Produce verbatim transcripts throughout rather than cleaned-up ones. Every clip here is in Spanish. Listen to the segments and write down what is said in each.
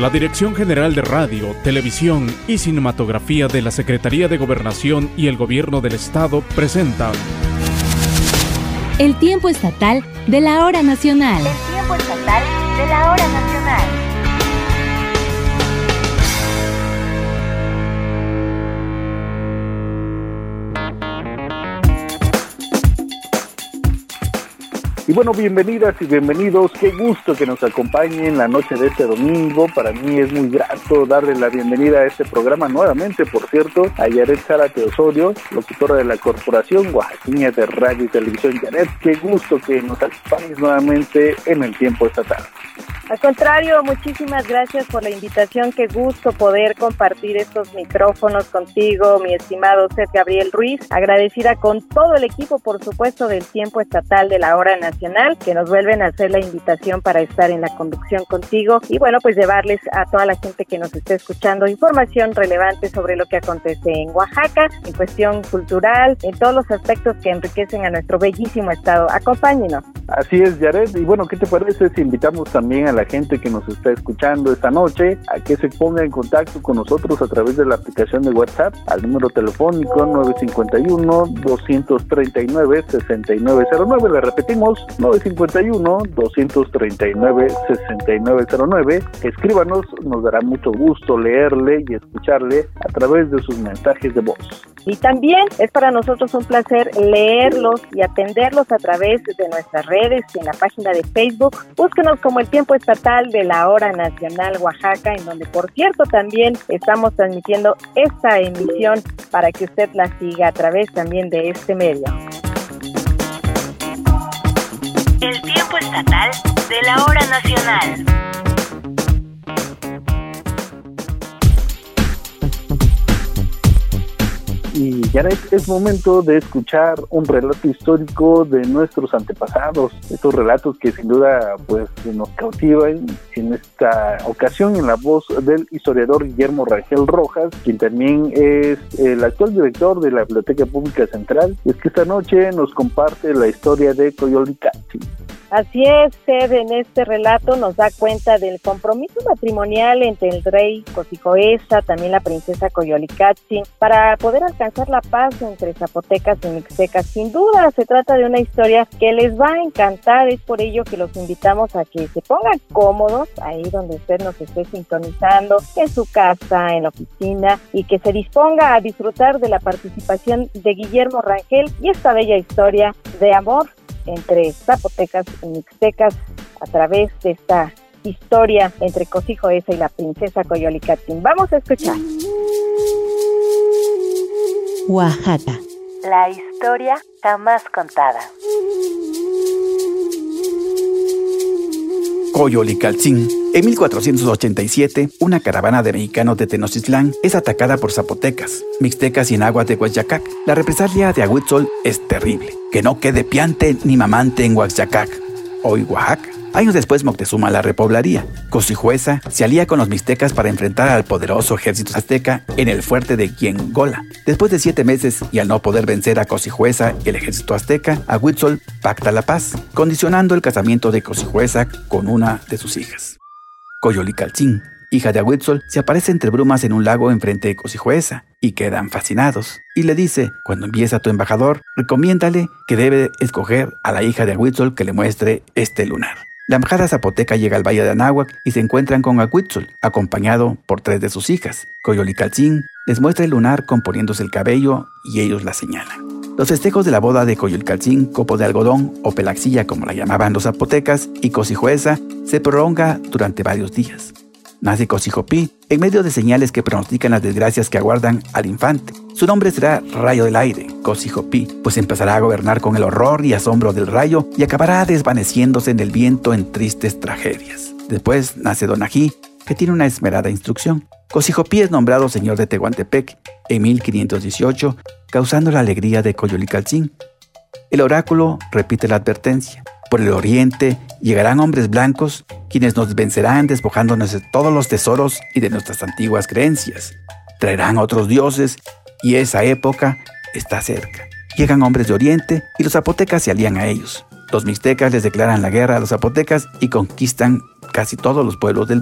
La Dirección General de Radio, Televisión y Cinematografía de la Secretaría de Gobernación y el Gobierno del Estado presentan El tiempo estatal de la hora nacional. El tiempo estatal de la hora nacional. Y bueno, bienvenidas y bienvenidos, qué gusto que nos acompañen la noche de este domingo. Para mí es muy grato darle la bienvenida a este programa nuevamente, por cierto, a Yaret Zárate Osorio, locutora de la Corporación Oaxaqueña de Radio y Televisión. Yaret, qué gusto que nos acompañes nuevamente en el tiempo estatal. Al contrario, muchísimas gracias por la invitación, qué gusto poder compartir estos micrófonos contigo, mi estimado Seth Gabriel Ruiz, agradecida con todo el equipo, por supuesto, del tiempo estatal de la hora nacional, que nos vuelven a hacer la invitación para estar en la conducción contigo y bueno, pues llevarles a toda la gente que nos esté escuchando información relevante sobre lo que acontece en Oaxaca, en cuestión cultural, en todos los aspectos que enriquecen a nuestro bellísimo estado. Acompáñenos. Así es, Yaret, y bueno, ¿qué te parece si invitamos también a la gente que nos está escuchando esta noche a que se ponga en contacto con nosotros a través de la aplicación de WhatsApp al número telefónico nueve cinco uno, dos tres nueve, seis nueve cero nueve? Le repetimos, nueve cinco uno, dos tres nueve, seis nueve cero nueve. Escríbanos, nos dará mucho gusto leerle y escucharle a través de sus mensajes de voz. Y también es para nosotros un placer leerlos y atenderlos a través de nuestras redes y en la página de Facebook. Búsquenos como el tiempo estatal de la hora nacional Oaxaca, en donde por cierto también estamos transmitiendo esta emisión para que usted la siga a través también de este medio. El tiempo estatal de la hora nacional. Y ya es momento de escuchar un relato histórico de nuestros antepasados, estos relatos que sin duda pues nos cautivan, en esta ocasión en la voz del historiador Guillermo Rangel Rojas, quien también es el actual director de la Biblioteca Pública Central, y es que esta noche nos comparte la historia de Coyolicatzin. Así es, Ted, en este relato nos da cuenta del compromiso matrimonial entre el rey Cosijoesa, también la princesa Coyolicatzin, para poder alcanzar la paz entre zapotecas y mixtecas. Sin duda, se trata de una historia que les va a encantar, es por ello que los invitamos a que se pongan cómodos, ahí donde usted nos esté sintonizando, en su casa, en la oficina, y que se disponga a disfrutar de la participación de Guillermo Rangel y esta bella historia de amor entre zapotecas y mixtecas a través de esta historia entre Cosijoesa y la princesa Coyolicatzin. Vamos a escuchar. Oaxaca. La historia jamás contada. Coyolicatzin. En mil cuatrocientos ochenta y siete, una caravana de mexicanos de Tenochtitlán es atacada por zapotecas, mixtecas y enaguas de Huaxyacac. La represalia de Ahuitzol es terrible. Que no quede piante ni mamante en Huaxyacac, hoy Oaxaca. Años después, Moctezuma la repoblaría. Cosijoesa se alía con los mixtecas para enfrentar al poderoso ejército azteca en el fuerte de Quiengola. Después de siete meses y al no poder vencer a Cosijoesa y el ejército azteca, Ahuitzol pacta la paz, condicionando el casamiento de Cosijoesa con una de sus hijas. Coyolicatzin, hija de Ahuitzol, se aparece entre brumas en un lago enfrente de Cosijoesa y quedan fascinados. Y le dice, cuando envíes a tu embajador, recomiéndale que debe escoger a la hija de Ahuitzol que le muestre este lunar. La embajada zapoteca llega al valle de Anáhuac y se encuentran con Ahuitzol, acompañado por tres de sus hijas. Coyolicatzin les muestra el lunar componiéndose el cabello y ellos la señalan. Los festejos de la boda de Coyolicatzin, copo de algodón o pelaxilla como la llamaban los zapotecas, y Cosijoesa se prolonga durante varios días. Nace Cosijopí en medio de señales que pronostican las desgracias que aguardan al infante. Su nombre será Rayo del Aire, Cosijopí, pues empezará a gobernar con el horror y asombro del rayo y acabará desvaneciéndose en el viento en tristes tragedias. Después nace Donají, que tiene una esmerada instrucción. Cosijopí es nombrado señor de Tehuantepec en mil quinientos dieciocho, causando la alegría de Coyolicatzin. El oráculo repite la advertencia. Por el oriente llegarán hombres blancos, quienes nos vencerán despojándonos de todos los tesoros y de nuestras antiguas creencias. Traerán otros dioses y esa época está cerca. Llegan hombres de oriente y los zapotecas se alían a ellos. Los mixtecas les declaran la guerra a los zapotecas y conquistan casi todos los pueblos del valle.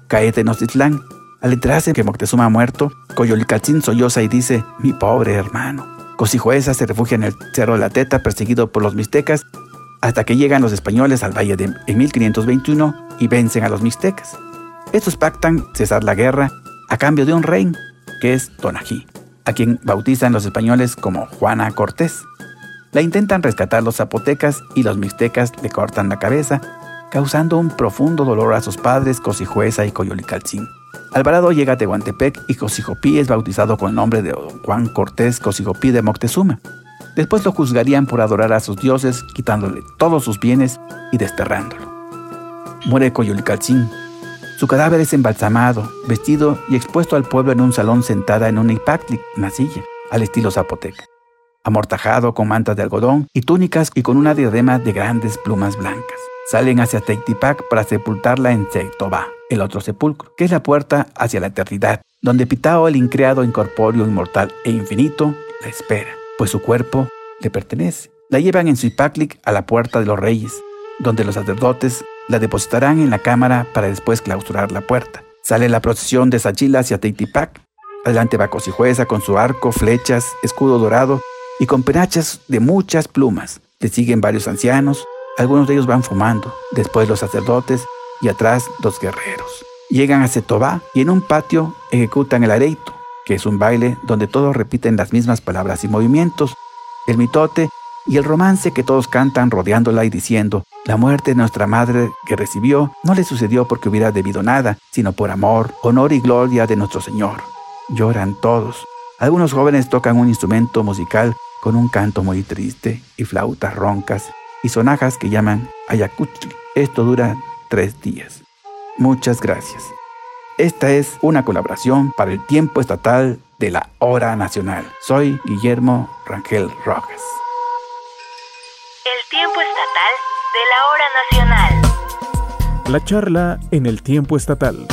cae Tenochtitlán. Al enterarse que Moctezuma ha muerto, Coyolcaltzin solloza y dice: mi pobre hermano. Cosijoesa se refugia en el Cerro de la Teta, perseguido por los mixtecas, hasta que llegan los españoles al valle de en mil quinientos veintiuno y vencen a los mixtecas. Estos pactan cesar la guerra a cambio de un rey, que es Tonají, a quien bautizan los españoles como Juana Cortés. La intentan rescatar los zapotecas y los mixtecas le cortan la cabeza, causando un profundo dolor a sus padres Cosijoesa y Coyolcaltzin. Alvarado llega a Tehuantepec y Cosijopí es bautizado con el nombre de Don Juan Cortés Cosijopí de Moctezuma. Después lo juzgarían por adorar a sus dioses, quitándole todos sus bienes y desterrándolo. Muere Coyolcaltzin. Su cadáver es embalsamado, vestido y expuesto al pueblo en un salón sentada en un ipactli, una silla, al estilo zapoteca. Amortajado con mantas de algodón y túnicas y con una diadema de grandes plumas blancas. Salen hacia Teictipac para sepultarla en Tectobá, el otro sepulcro, que es la puerta hacia la eternidad, donde Pitao, el increado incorpóreo, inmortal e infinito, la espera, pues su cuerpo le pertenece. La llevan en su ipactlic a la puerta de los reyes, donde los sacerdotes la depositarán en la cámara para después clausurar la puerta. Sale la procesión de Sachila hacia Teictipac. Adelante va Cosijoesa con su arco, flechas, escudo dorado y con penachas de muchas plumas. Le siguen varios ancianos, algunos de ellos van fumando, después los sacerdotes y atrás los guerreros. Llegan a Setobá y en un patio ejecutan el areito, que es un baile donde todos repiten las mismas palabras y movimientos, el mitote y el romance que todos cantan rodeándola y diciendo: la muerte de nuestra madre que recibió no le sucedió porque hubiera debido nada, sino por amor, honor y gloria de nuestro Señor. Lloran todos. Algunos jóvenes tocan un instrumento musical con un canto muy triste y flautas roncas y sonajas que llaman ayacuchli. Esto dura tres días. Muchas gracias. Esta es una colaboración para el tiempo estatal de la Hora Nacional. Soy Guillermo Rangel Rojas. El tiempo estatal de la Hora Nacional. La charla en el tiempo estatal.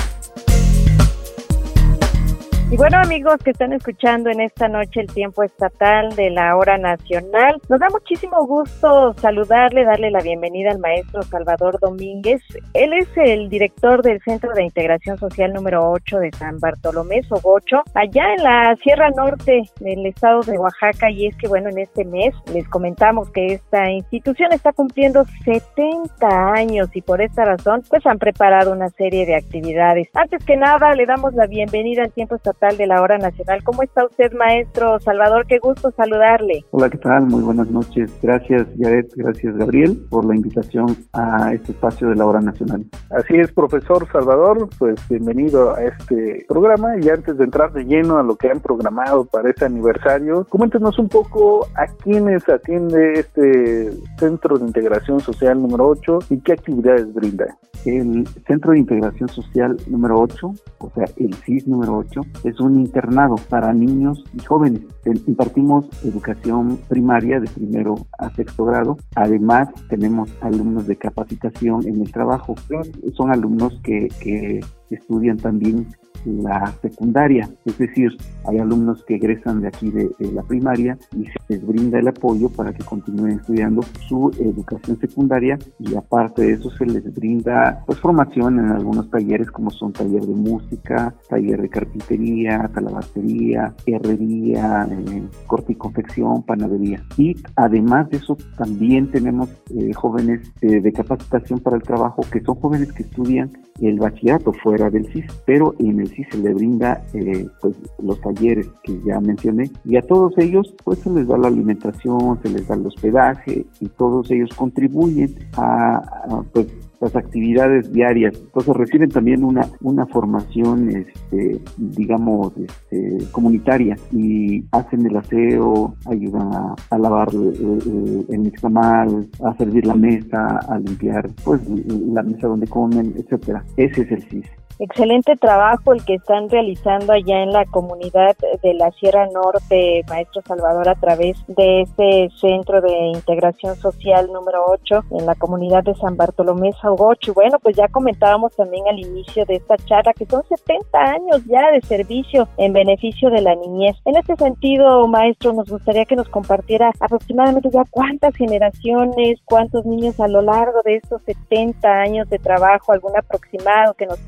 Y bueno, amigos que están escuchando en esta noche el tiempo estatal de la Hora Nacional, nos da muchísimo gusto saludarle, darle la bienvenida al maestro Salvador Domínguez. Él es el director del Centro de Integración Social número ocho de San Bartolomé Sogocho, allá en la Sierra Norte del estado de Oaxaca. Y es que bueno, en este mes les comentamos que esta institución está cumpliendo setenta años y por esta razón pues han preparado una serie de actividades. Antes que nada, le damos la bienvenida al tiempo estatal de la Hora Nacional. ¿Cómo está usted, maestro Salvador? Qué gusto saludarle. Hola, ¿qué tal? Muy buenas noches. Gracias, Yaret. Gracias, Gabriel, por la invitación a este espacio de la Hora Nacional. Así es, profesor Salvador, pues bienvenido a este programa. Y antes de entrar de lleno a lo que han programado para este aniversario, coméntenos un poco a quiénes atiende este Centro de Integración Social número ocho y qué actividades brinda. El Centro de Integración Social número ocho, o sea, el C I S número ocho, es un internado para niños y jóvenes. Impartimos educación primaria de primero a sexto grado. Además, tenemos alumnos de capacitación en el trabajo. Son alumnos que, que estudian también la secundaria, es decir, hay alumnos que egresan de aquí de, de la primaria y se les brinda el apoyo para que continúen estudiando su educación secundaria, y aparte de eso se les brinda pues formación en algunos talleres como son taller de música, taller de carpintería, talabartería, herrería, eh, corte y confección, panadería. Y además de eso también tenemos eh, jóvenes eh, de capacitación para el trabajo, que son jóvenes que estudian el bachillerato fuera del C I S, pero en el C I S se le brinda eh, pues los talleres que ya mencioné, y a todos ellos pues se les da la alimentación, se les da el hospedaje, y todos ellos contribuyen a, a pues las actividades diarias. Entonces reciben también una una formación este digamos este comunitaria, y hacen el aseo, ayudan a, a lavar el, el nixtamal, a servir la mesa, a limpiar pues la mesa donde comen, etcétera. Ese es el C I S. Excelente trabajo el que están realizando allá en la comunidad de la Sierra Norte, maestro Salvador, a través de este Centro de Integración Social número ocho en la comunidad de San Bartolomé Sogocho. Bueno, pues ya comentábamos también al inicio de esta charla que son setenta años ya de servicio en beneficio de la niñez. En este sentido, maestro, nos gustaría que nos compartiera aproximadamente ya cuántas generaciones, cuántos niños a lo largo de estos setenta años de trabajo, algún aproximado que nos pueda compartir.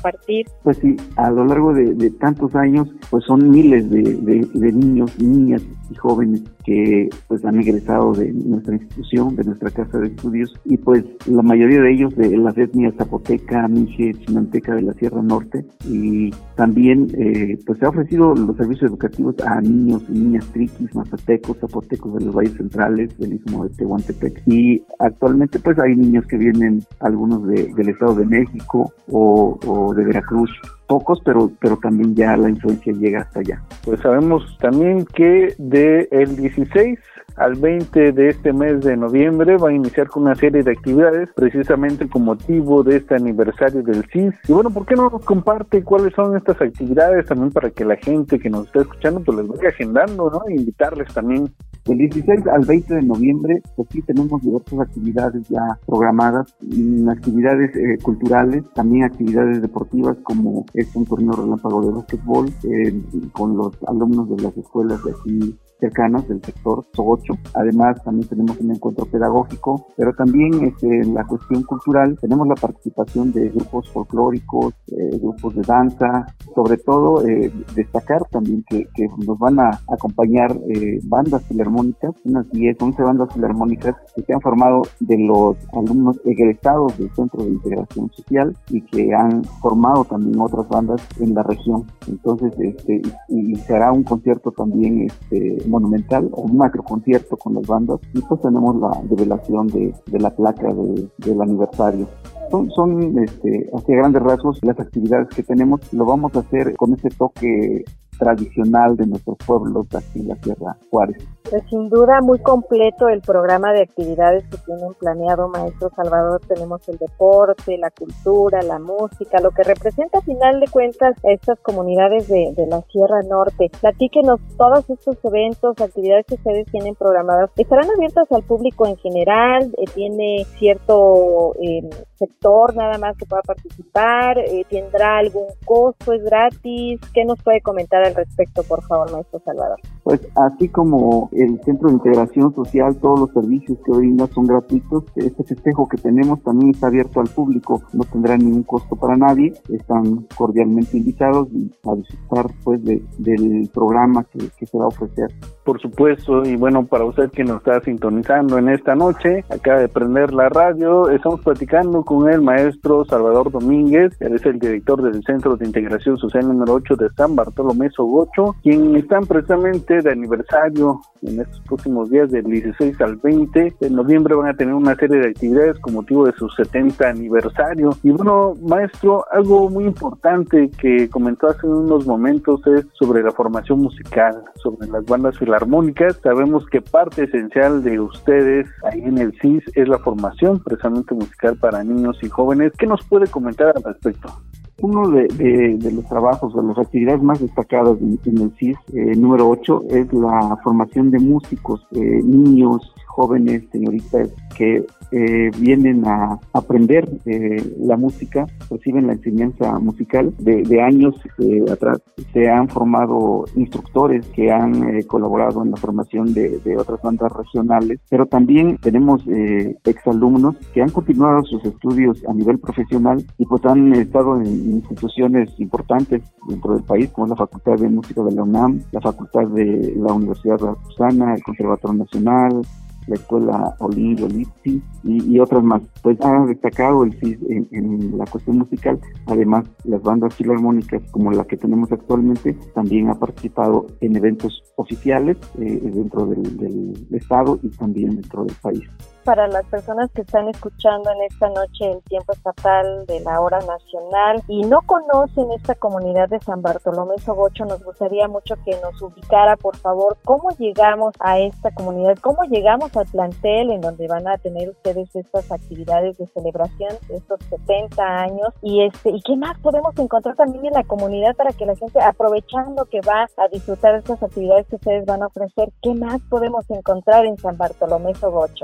compartir? Pues sí, a lo largo de, de tantos años, pues son miles de, de, de niños, niñas y jóvenes que pues han egresado de nuestra institución, de nuestra casa de estudios, y pues la mayoría de ellos de las etnias zapoteca, mije, chinanteca de la Sierra Norte, y también eh, pues se ha ofrecido los servicios educativos a niños y niñas triquis, mazatecos, zapotecos de los valles centrales, del istmo de Tehuantepec, y actualmente pues hay niños que vienen, algunos de, del Estado de México o, o de Veracruz, pocos, pero pero también ya la influencia llega hasta allá. Pues sabemos también que de el dieciséis al veinte de este mes de noviembre va a iniciar con una serie de actividades precisamente con motivo de este aniversario del C I S. Y bueno, ¿por qué no nos comparte cuáles son estas actividades también para que la gente que nos está escuchando pues les vaya agendando, ¿no? E invitarles también. Del dieciséis al veinte de noviembre, pues sí tenemos diversas actividades ya programadas, actividades eh, culturales, también actividades deportivas como es un torneo relámpago de básquetbol eh, con los alumnos de las escuelas de aquí cercanas del sector Sogocho. Además también tenemos un encuentro pedagógico, pero también este, en la cuestión cultural tenemos la participación de grupos folclóricos, eh, grupos de danza, sobre todo eh, destacar también que, que nos van a acompañar eh, bandas filarmónicas, unas diez, once bandas filarmónicas que se han formado de los alumnos egresados del Centro de Integración Social y que han formado también otras bandas en la región. Entonces, este, y, y se hará un concierto también este, monumental o un macro concierto con las bandas, y pues tenemos la develación de, de la placa de, del aniversario. Son, son este, hacia grandes rasgos las actividades que tenemos. Lo vamos a hacer con ese toque tradicional de nuestros pueblos aquí en la Sierra Juárez. Pues sin duda muy completo el programa de actividades que tienen planeado, maestro Salvador. Tenemos el deporte, la cultura, la música, lo que representa a final de cuentas a estas comunidades de, de la Sierra Norte. Platíquenos todos estos eventos, actividades que ustedes tienen programadas. ¿Estarán abiertas al público en general? Eh, ¿Tiene cierto eh, sector nada más que pueda participar? Eh, ¿Tendrá algún costo? ¿Es gratis? ¿Qué nos puede comentar al respecto, por favor, maestro Salvador? Pues así como el Centro de Integración Social, todos los servicios que brinda son gratuitos. Este festejo que tenemos también está abierto al público, no tendrá ningún costo para nadie. Están cordialmente invitados a disfrutar pues de, del programa que, que se va a ofrecer. Por supuesto, y bueno, para usted que nos está sintonizando en esta noche, acaba de prender la radio, estamos platicando con el maestro Salvador Domínguez, él es el director del Centro de Integración Social número ocho de San Bartolomé Sogocho, quien están precisamente de aniversario en estos próximos días, del dieciséis al veinte de noviembre. Van a tener una serie de actividades con motivo de su setenta aniversario. Y bueno, maestro, algo muy importante que comentó hace unos momentos es sobre la formación musical, sobre las bandas filarmónicas. Sabemos que parte esencial de ustedes ahí en el C I S es la formación precisamente musical para niños y jóvenes. ¿Qué nos puede comentar al respecto? Uno de, de, de los trabajos, de las actividades más destacadas en, en el C I S eh, número ocho es la formación de músicos, eh, niños, jóvenes, señoritas que eh, vienen a aprender eh, la música, reciben la enseñanza musical. De, de años eh, atrás se han formado instructores que han eh, colaborado en la formación de, de otras bandas regionales, pero también tenemos eh, exalumnos que han continuado sus estudios a nivel profesional y pues han estado en instituciones importantes dentro del país, como la Facultad de Música de la UNAM, la Facultad de la Universidad Veracruzana, el Conservatorio Nacional, la Escuela Olin Olipsi y, y otras más. Pues ha destacado el C I S en, en la cuestión musical. Además, las bandas filarmónicas como la que tenemos actualmente también ha participado en eventos oficiales eh, dentro del, del estado y también dentro del país. Para las personas que están escuchando en esta noche el tiempo estatal de la hora nacional y no conocen esta comunidad de San Bartolomé Sogocho, nos gustaría mucho que nos ubicara, por favor, cómo llegamos a esta comunidad, cómo llegamos al plantel en donde van a tener ustedes estas actividades de celebración de estos setenta años y este y qué más podemos encontrar también en la comunidad para que la gente, aprovechando que va a disfrutar de estas actividades que ustedes van a ofrecer, qué más podemos encontrar en San Bartolomé Sogocho. Pues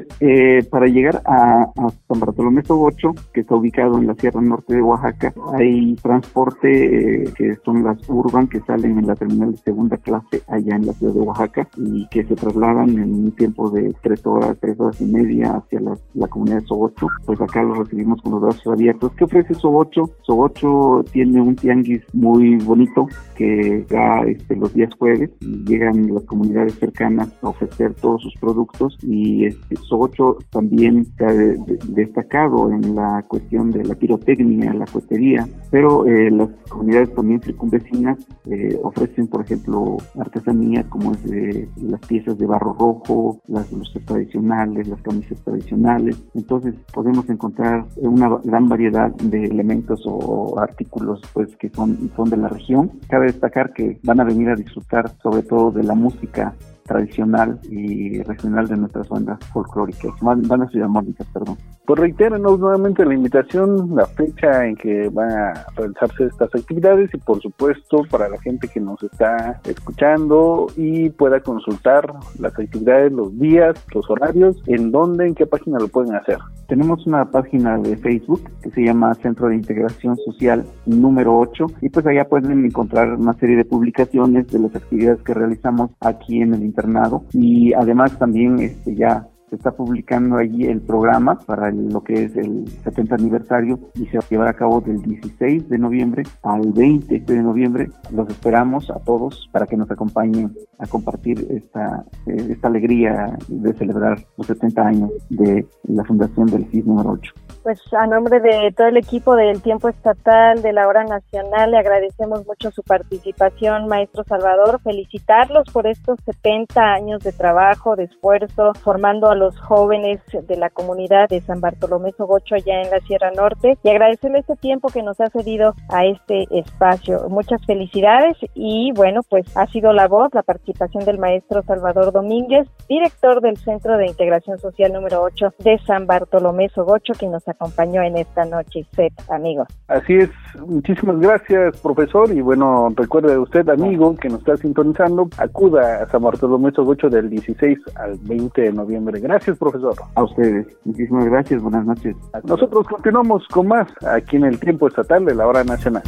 eh, para llegar a, a San Bartolomé Sogocho, que está ubicado en la Sierra Norte de Oaxaca, hay transporte eh, que son las Urban que salen en la terminal de segunda clase allá en la ciudad de Oaxaca y que se trasladan en un tiempo de tres horas, tres horas y media hacia la, la comunidad de Sogocho. Pues acá los recibimos con los brazos abiertos. ¿Qué ofrece Sogocho? Sogocho tiene un tianguis muy bonito que da este, los días jueves y llegan las comunidades cercanas a ofrecer todos sus productos y este, Sogocho también se ha de, de, destacado en la cuestión de la pirotecnia, la cohetería, pero eh, las comunidades también circunvecinas eh, ofrecen, por ejemplo, artesanía como es de las piezas de barro rojo, las luces tradicionales, las camisas tradicionales. Entonces podemos encontrar una gran variedad de elementos o artículos pues que son, son de la región. Cabe destacar que van a venir a disfrutar sobre todo de la música tradicional y regional de nuestras bandas folclóricas, bandas filarmónicas, perdón. Pues reitérenos nuevamente la invitación, la fecha en que van a realizarse estas actividades y por supuesto para la gente que nos está escuchando y pueda consultar las actividades, los días, los horarios, en dónde, en qué página lo pueden hacer. Tenemos una página de Facebook que se llama Centro de Integración Social número ocho y pues allá pueden encontrar una serie de publicaciones de las actividades que realizamos aquí en el internado y además también este ya se está publicando allí el programa para el, lo que es el setenta aniversario y se va a llevar a cabo del dieciséis de noviembre al veinte de noviembre. Los esperamos a todos para que nos acompañen a compartir esta, eh, esta alegría de celebrar los setenta años de la fundación del C I S número ocho. Pues a nombre de todo el equipo del Tiempo Estatal de la Hora Nacional le agradecemos mucho su participación, maestro Salvador, felicitarlos por estos setenta años de trabajo, de esfuerzo, formando a los jóvenes de la comunidad de San Bartolomé Sogocho allá en la Sierra Norte y agradecerle este tiempo que nos ha cedido a este espacio. Muchas felicidades y bueno, pues ha sido la voz, la participación del maestro Salvador Domínguez, director del Centro de Integración Social número ocho de San Bartolomé Sogocho, que nos acompañó en esta noche, set, amigos. Así es, muchísimas gracias, profesor, y bueno, recuerde usted, amigo, que nos está sintonizando, acuda a San Bartolomé Sogocho del dieciséis al veinte de noviembre. Gracias, profesor. A ustedes, muchísimas gracias, buenas noches. Nosotros continuamos con más aquí en el Tiempo Estatal de la Hora Nacional.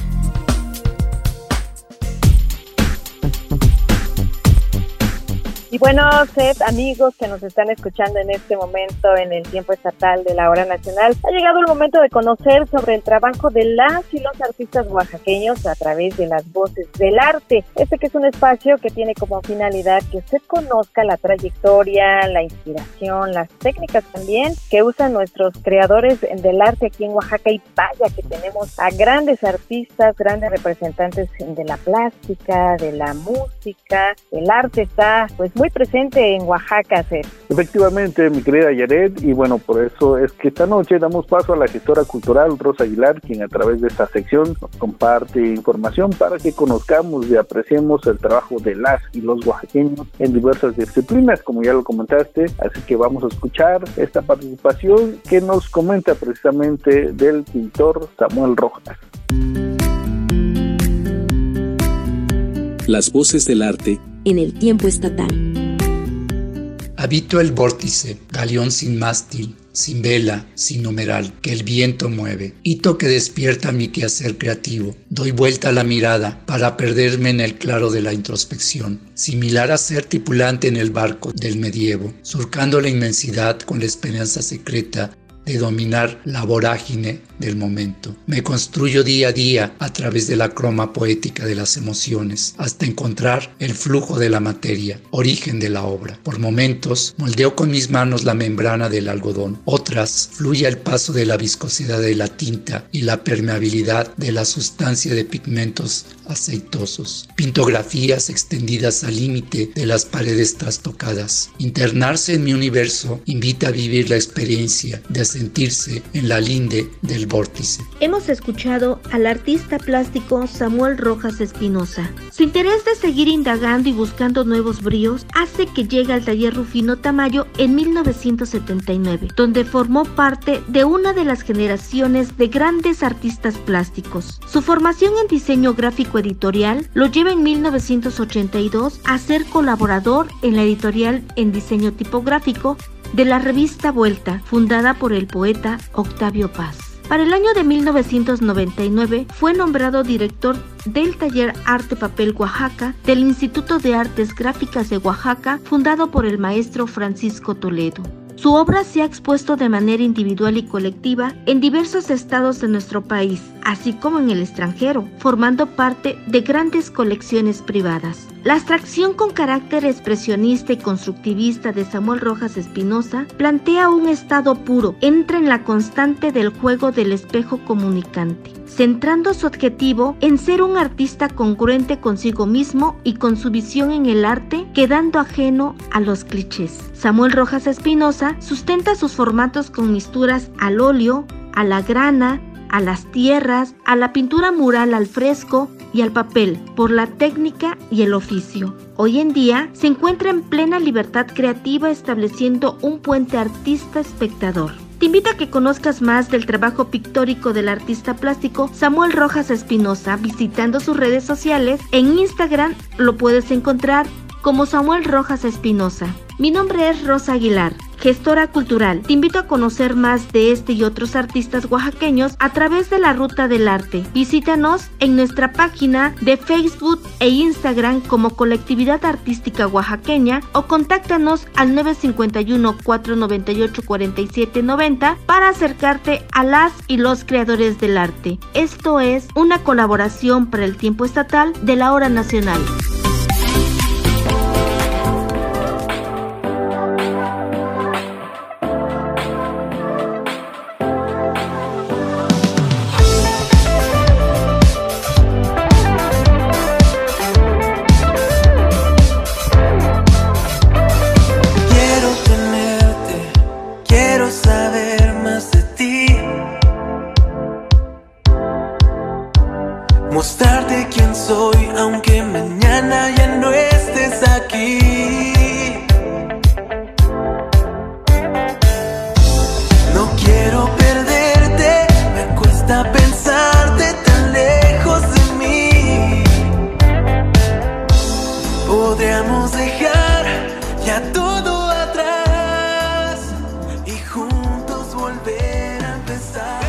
Y bueno, Seth, amigos que nos están escuchando en este momento en el Tiempo Estatal de la Hora Nacional, ha llegado el momento de conocer sobre el trabajo de las y los artistas oaxaqueños a través de las voces del arte. Este que es un espacio que tiene como finalidad que usted conozca la trayectoria, la inspiración, las técnicas también que usan nuestros creadores del arte aquí en Oaxaca. Y vaya que tenemos a grandes artistas, grandes representantes de la plástica, de la música. El arte está pues muy presente en Oaxaca, Seth. Efectivamente, mi querida Yaret, y bueno, por eso es que esta noche damos paso a la gestora cultural Rosa Aguilar, quien a través de esta sección nos comparte información para que conozcamos y apreciemos el trabajo de las y los oaxaqueños en diversas disciplinas, como ya lo comentaste, así que vamos a escuchar esta participación que nos comenta precisamente del pintor Samuel Rojas. Las voces del arte en el Tiempo Estatal. Habito el vórtice, galeón sin mástil, sin vela, sin numeral, que el viento mueve. Hito que despierta mi quehacer creativo. Doy vuelta a la mirada para perderme en el claro de la introspección, similar a ser tripulante en el barco del medievo, surcando la inmensidad con la esperanza secreta de dominar la vorágine del momento. Me construyo día a día a través de la croma poética de las emociones, hasta encontrar el flujo de la materia, origen de la obra. Por momentos, moldeo con mis manos la membrana del algodón. Otras, fluye el paso de la viscosidad de la tinta y la permeabilidad de la sustancia de pigmentos aceitosos. Pintografías extendidas al límite de las paredes trastocadas. Internarse en mi universo invita a vivir la experiencia de sentirse en la linde del vórtice. Hemos escuchado al artista plástico Samuel Rojas Espinosa. Su interés de seguir indagando y buscando nuevos bríos hace que llegue al taller Rufino Tamayo en mil novecientos setenta y nueve, donde formó parte de una de las generaciones de grandes artistas plásticos. Su formación en diseño gráfico editorial lo lleva en mil novecientos ochenta y dos a ser colaborador en la editorial en diseño tipográfico de la revista Vuelta, fundada por el poeta Octavio Paz. Para el año de mil novecientos noventa y nueve fue nombrado director del taller Arte Papel Oaxaca del Instituto de Artes Gráficas de Oaxaca, fundado por el maestro Francisco Toledo. Su obra se ha expuesto de manera individual y colectiva en diversos estados de nuestro país, así como en el extranjero, formando parte de grandes colecciones privadas. La abstracción con carácter expresionista y constructivista de Samuel Rojas Espinosa plantea un estado puro, entra en la constante del juego del espejo comunicante, centrando su objetivo en ser un artista congruente consigo mismo y con su visión en el arte, quedando ajeno a los clichés. Samuel Rojas Espinosa sustenta sus formatos con misturas al óleo, a la grana, a las tierras, a la pintura mural al fresco y al papel, por la técnica y el oficio. Hoy en día se encuentra en plena libertad creativa, estableciendo un puente artista-espectador. Te invito a que conozcas más del trabajo pictórico del artista plástico Samuel Rojas Espinosa visitando sus redes sociales. En Instagram lo puedes encontrar como Samuel Rojas Espinosa. Mi nombre es Rosa Aguilar, gestora cultural. Te invito a conocer más de este y otros artistas oaxaqueños a través de la Ruta del Arte. Visítanos en nuestra página de Facebook e Instagram como Colectividad Artística Oaxaqueña o contáctanos al nueve cinco uno, cuatro nueve ocho, cuatro siete nueve cero para acercarte a las y los creadores del arte. Esto es una colaboración para el tiempo estatal de la Hora Nacional. Mostrarte quién soy, aunque mañana ya no estés aquí. No quiero perderte, me cuesta pensarte tan lejos de mí. Podríamos dejar ya todo atrás y juntos volver a empezar.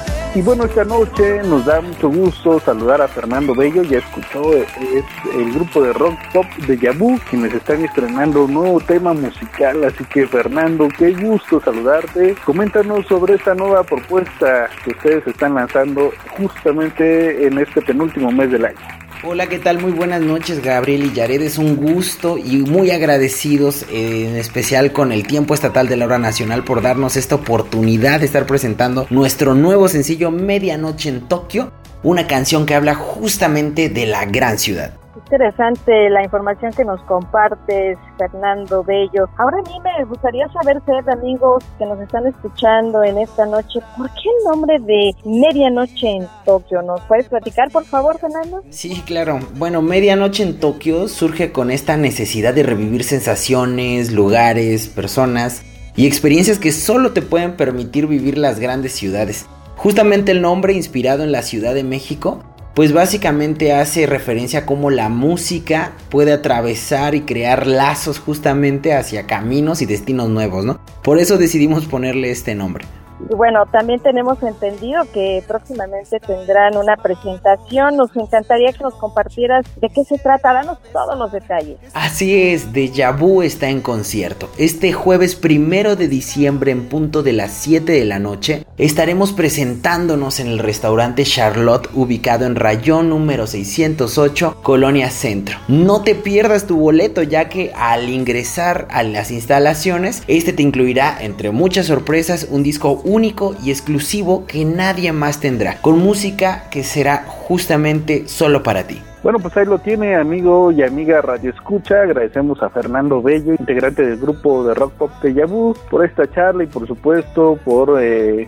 Y bueno, esta noche nos da mucho gusto saludar a Fernando Bello. Ya escuchó, es el grupo de rock pop Déjà Vu, quienes están estrenando un nuevo tema musical. Así que Fernando, qué gusto saludarte. Coméntanos sobre esta nueva propuesta que ustedes están lanzando justamente en este penúltimo mes del año. Hola, ¿qué tal? Muy buenas noches, Gabriel y Yared. Es un gusto y muy agradecidos, eh, en especial con el Tiempo Estatal de la Hora Nacional, por darnos esta oportunidad de estar presentando nuestro nuevo sencillo Medianoche en Tokio, una canción que habla justamente de la gran ciudad. Interesante la información que nos compartes, Fernando Bello. Ahora a mí me gustaría saber, Sed, amigos que nos están escuchando en esta noche, ¿por qué el nombre de Medianoche en Tokio? ¿Nos puedes platicar, por favor, Fernando? Sí, claro. Bueno, Medianoche en Tokio surge con esta necesidad de revivir sensaciones, lugares, personas y experiencias que solo te pueden permitir vivir las grandes ciudades. Justamente el nombre, inspirado en la Ciudad de México, pues básicamente hace referencia a cómo la música puede atravesar y crear lazos justamente hacia caminos y destinos nuevos, ¿no? Por eso decidimos ponerle este nombre. Y bueno, también tenemos entendido que próximamente tendrán una presentación. Nos encantaría que nos compartieras de qué se trata. Danos todos los detalles. Así es, Déjà Vu está en concierto. Este jueves primero de diciembre, en punto de las siete de la noche, estaremos presentándonos en el restaurante Charlotte, ubicado en Rayón número seiscientos ocho, Colonia Centro. No te pierdas tu boleto, ya que al ingresar a las instalaciones, este te incluirá, entre muchas sorpresas, un disco único y exclusivo que nadie más tendrá, con música que será justamente solo para ti. Bueno, pues ahí lo tiene, amigo y amiga Radio Escucha. Agradecemos a Fernando Bello, integrante del grupo de rock pop Déjà Vu, por esta charla y por supuesto por eh,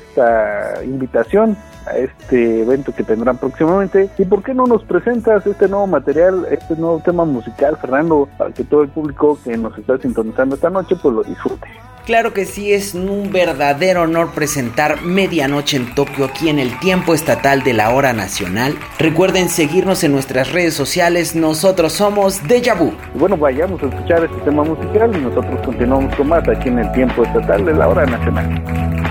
esta invitación a este evento que tendrán próximamente. ¿Y por qué no nos presentas este nuevo material, este nuevo tema musical, Fernando, para que todo el público que nos está sintonizando esta noche pues lo disfrute? Claro que sí, es un verdadero honor presentar Medianoche en Tokio aquí en el tiempo estatal de la hora nacional. Recuerden seguirnos en nuestras redes sociales, nosotros somos Deja Vu. Y bueno, vayamos a escuchar este tema musical y nosotros continuamos con más aquí en el tiempo estatal de la hora nacional.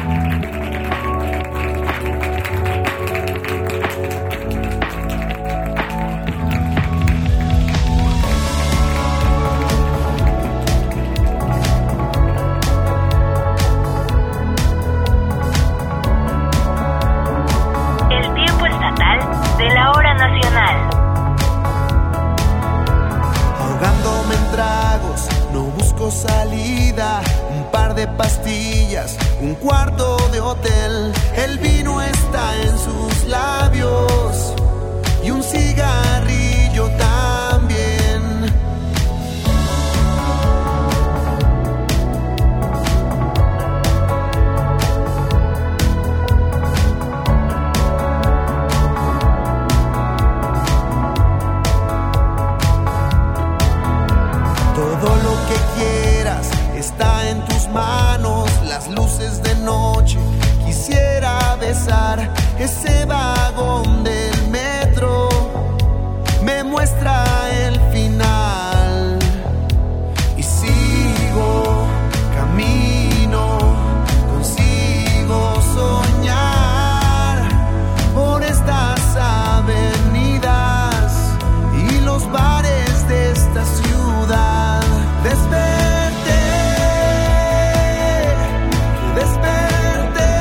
Salida, un par de pastillas, un cuarto de hotel, el vino está en sus labios y un cigarrillo también. Todo lo que quieras está en tus manos, las luces de noche. Quisiera besar ese vagón del metro, me muestra el final y sigo camino, consigo soñar por estas avenidas y los bares de esta ciudad. Desperté, desperté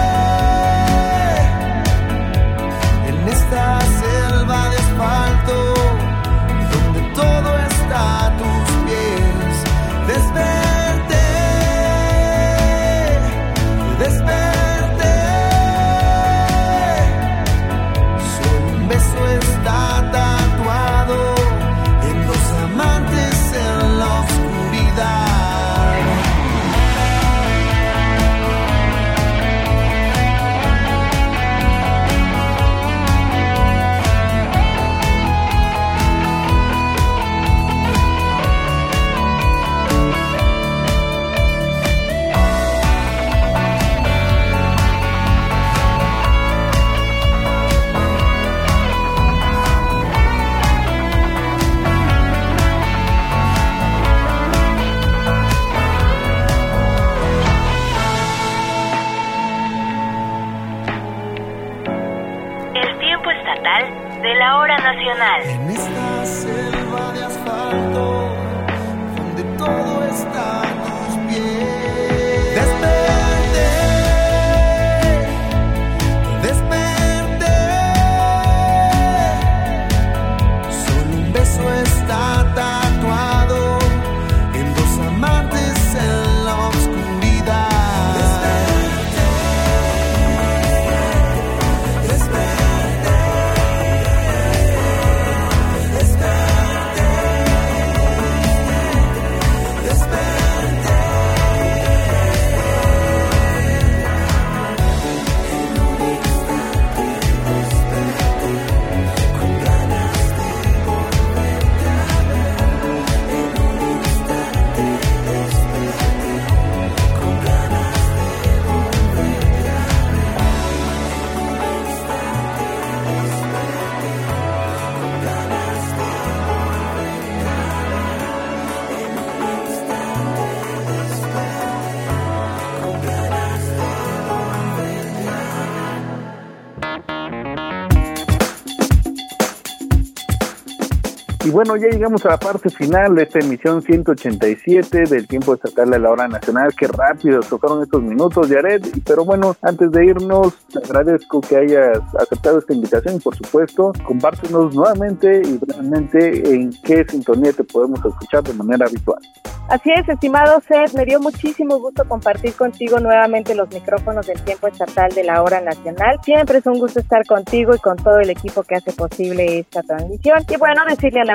en esta selva de asfalto donde todo está a tus pies. Desperté, desperté, solo un beso está tatuado en dos amantes en la oscuridad. De la hora nacional. En esta selva de asfalto donde todo está a tus pies. Desperté, desperté, solo un beso está tatuado en dos amantes en la oscuridad. Desperté, desperté. Y bueno, ya llegamos a la parte final de esta emisión ciento ochenta y siete del tiempo estatal de la hora nacional. Qué rápido tocaron estos minutos, Yaret. Pero bueno, antes de irnos, te agradezco que hayas aceptado esta invitación y por supuesto, compártenos nuevamente y brevemente en qué sintonía te podemos escuchar de manera habitual. Así es, estimado Seth, me dio muchísimo gusto compartir contigo nuevamente los micrófonos del tiempo estatal de la hora nacional. Siempre es un gusto estar contigo y con todo el equipo que hace posible esta transmisión. Y bueno, decirle a la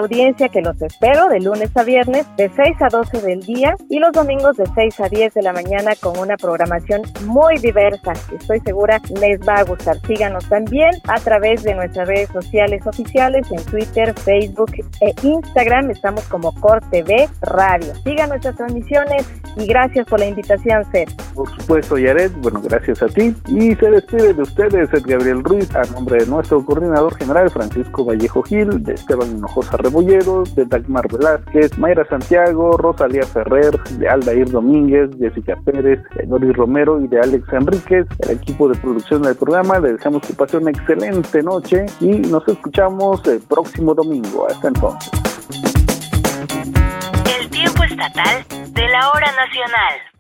audiencia que los espero de lunes a viernes de seis a doce del día y los domingos de seis a diez de la mañana con una programación muy diversa que estoy segura les va a gustar. Síganos también a través de nuestras redes sociales oficiales en Twitter, Facebook e Instagram. Estamos como Cor T V Radio. Sigan nuestras transmisiones y gracias por la invitación, Seth. Por supuesto, Yaret, bueno, gracias a ti. Y se despide de ustedes, Seth Gabriel Ruiz, a nombre de nuestro coordinador general, Francisco Vallejo Gil, de Esteban Hinojosa Rebolledo, de Dagmar Velázquez, Mayra Santiago, Rosalía Ferrer, de Aldair Domínguez, Jessica Pérez, de Doris Romero y de Alex Enríquez, el equipo de producción del programa. Les dejamos que pase una excelente noche y nos escuchamos el próximo domingo. Hasta entonces. El tiempo estatal de la hora nacional.